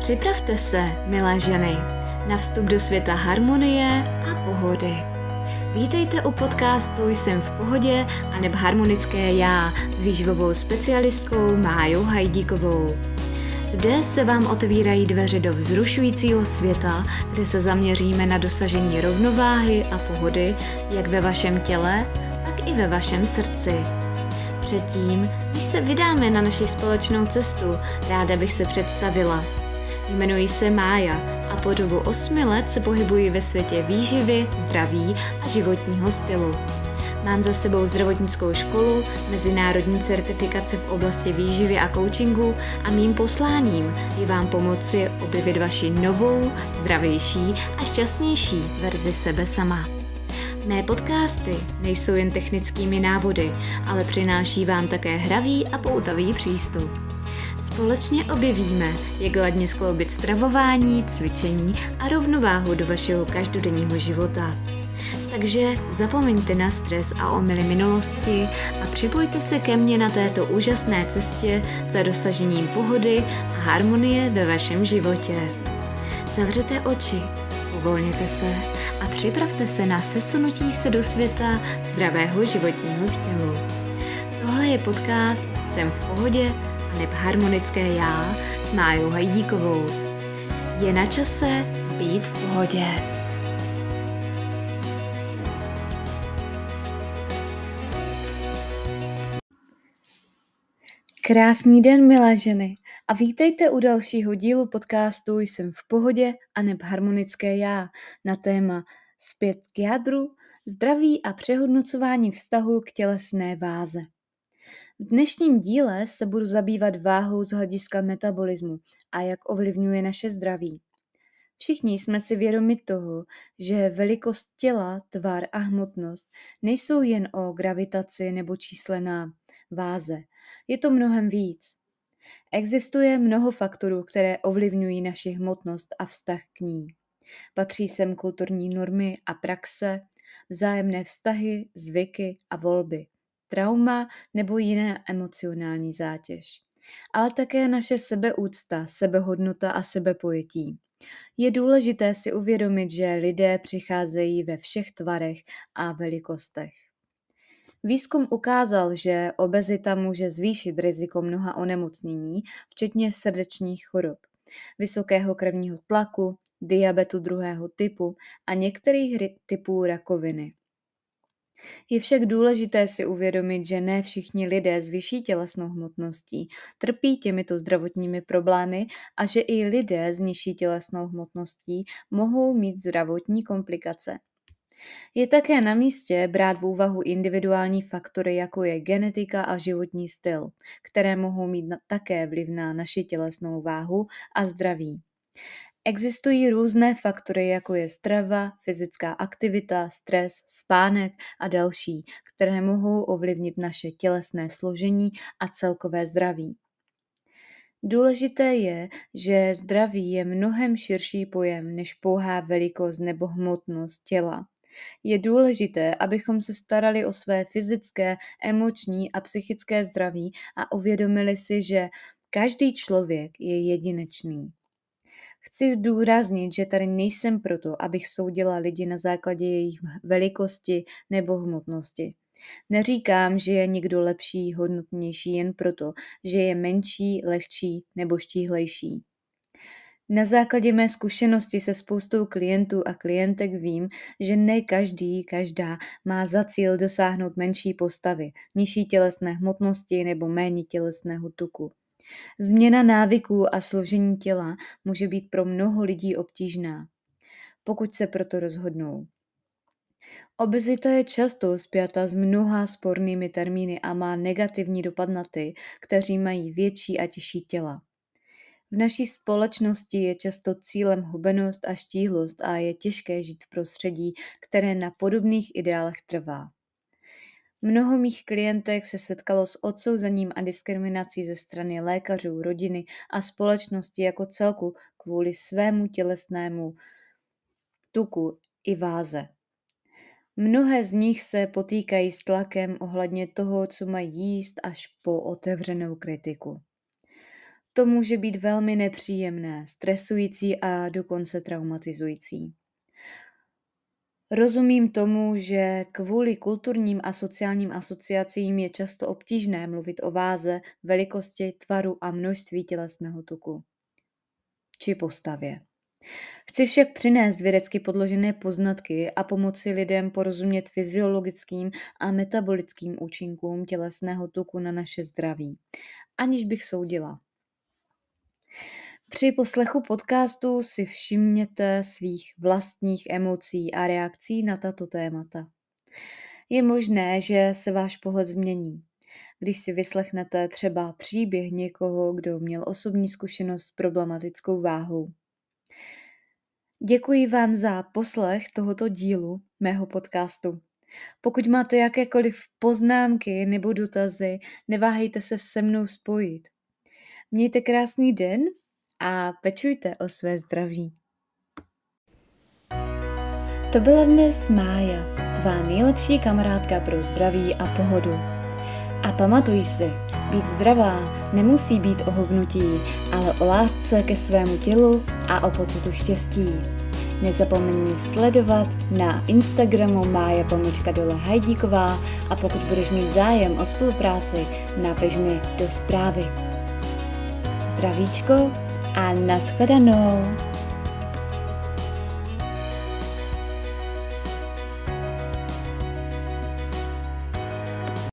Připravte se, milé ženy, na vstup do světa harmonie a pohody. Vítejte u podcastu Jsem v pohodě a neb harmonické já s výživovou specialistkou Májou Hajdíkovou. Zde se vám otevírají dveře do vzrušujícího světa, kde se zaměříme na dosažení rovnováhy a pohody jak ve vašem těle, tak i ve vašem srdci. Předtím, než se vydáme na naši společnou cestu, ráda bych se představila. Jmenuji se Mája a po dobu 8 let se pohybuji ve světě výživy, zdraví a životního stylu. Mám za sebou zdravotnickou školu, mezinárodní certifikace v oblasti výživy a coachingu a mým posláním je vám pomoci objevit vaši novou, zdravější a šťastnější verzi sebe sama. Mé podcasty nejsou jen technickými návody, ale přináší vám také hravý a poutavý přístup. Společně objevíme, jak ladně skloubit stravování, cvičení a rovnováhu do vašeho každodenního života. Takže zapomeňte na stres a omyly minulosti a připojte se ke mně na této úžasné cestě za dosažením pohody a harmonie ve vašem životě. Zavřete oči, uvolněte se a připravte se na sesunutí se do světa zdravého životního stylu. Tohle je podcast Jsem v pohodě neb harmonické já s Májou Hajdíkovou. Je na čase být v pohodě. Krásný den, milé ženy, a vítejte u dalšího dílu podcastu Jsem v pohodě a neb harmonické já na téma zpět k jádru, zdraví a přehodnocování vztahu k tělesné váze. V dnešním díle se budu zabývat váhou z hlediska metabolismu a jak ovlivňuje naše zdraví. Všichni jsme si vědomi toho, že velikost těla, tvar a hmotnost nejsou jen o gravitaci nebo čísle na váze. Je to mnohem víc. Existuje mnoho faktorů, které ovlivňují naši hmotnost a vztah k ní. Patří sem kulturní normy a praxe, vzájemné vztahy, zvyky a volby, trauma nebo jiné emocionální zátěž. Ale také naše sebeúcta, sebehodnota a sebepojetí. Je důležité si uvědomit, že lidé přicházejí ve všech tvarech a velikostech. Výzkum ukázal, že obezita může zvýšit riziko mnoha onemocnění, včetně srdečních chorob, vysokého krevního tlaku, diabetu druhého typu a některých typů rakoviny. Je však důležité si uvědomit, že ne všichni lidé s vyšší tělesnou hmotností trpí těmito zdravotními problémy a že i lidé s nižší tělesnou hmotností mohou mít zdravotní komplikace. Je také na místě brát v úvahu individuální faktory, jako je genetika a životní styl, které mohou mít také vliv na naši tělesnou váhu a zdraví. Existují různé faktory, jako je strava, fyzická aktivita, stres, spánek a další, které mohou ovlivnit naše tělesné složení a celkové zdraví. Důležité je, že zdraví je mnohem širší pojem než pouhá velikost nebo hmotnost těla. Je důležité, abychom se starali o své fyzické, emoční a psychické zdraví a uvědomili si, že každý člověk je jedinečný. Chci zdůraznit, že tady nejsem proto, abych soudila lidi na základě jejich velikosti nebo hmotnosti. Neříkám, že je někdo lepší, hodnotnější jen proto, že je menší, lehčí nebo štíhlejší. Na základě mé zkušenosti se spoustou klientů a klientek vím, že ne každá má za cíl dosáhnout menší postavy, nižší tělesné hmotnosti nebo méně tělesného tuku. Změna návyků a složení těla může být pro mnoho lidí obtížná, pokud se proto rozhodnou. Obezita je často spjata s mnoha spornými termíny a má negativní dopad na ty, kteří mají větší a těžší těla. V naší společnosti je často cílem hubenost a štíhlost a je těžké žít v prostředí, které na podobných ideálech trvá. Mnoho mých klientek se setkalo s odsouzením a diskriminací ze strany lékařů, rodiny a společnosti jako celku kvůli svému tělesnému tuku i váze. Mnohé z nich se potýkají s tlakem ohledně toho, co mají jíst, až po otevřenou kritiku. To může být velmi nepříjemné, stresující a dokonce traumatizující. Rozumím tomu, že kvůli kulturním a sociálním asociacím je často obtížné mluvit o váze, velikosti, tvaru a množství tělesného tuku či postavě. Chci však přinést vědecky podložené poznatky a pomoci lidem porozumět fyziologickým a metabolickým účinkům tělesného tuku na naše zdraví, aniž bych soudila. Při poslechu podcastu si všimněte svých vlastních emocí a reakcí na tato témata. Je možné, že se váš pohled změní, když si vyslechnete třeba příběh někoho, kdo měl osobní zkušenost s problematickou váhou. Děkuji vám za poslech tohoto dílu mého podcastu. Pokud máte jakékoliv poznámky nebo dotazy, neváhejte se se mnou spojit. Mějte krásný den a pečujte o své zdraví. To byla dnes Mája, tvá nejlepší kamarádka pro zdraví a pohodu. A pamatuj si, být zdravá nemusí být o hubnutí, ale o lásce ke svému tělu a o pocitu štěstí. Nezapomeň sledovat na Instagramu Mája_Hajdíková a pokud budeš mít zájem o spolupráci, napiš mi do zprávy. Zdravíčko a nashledanou.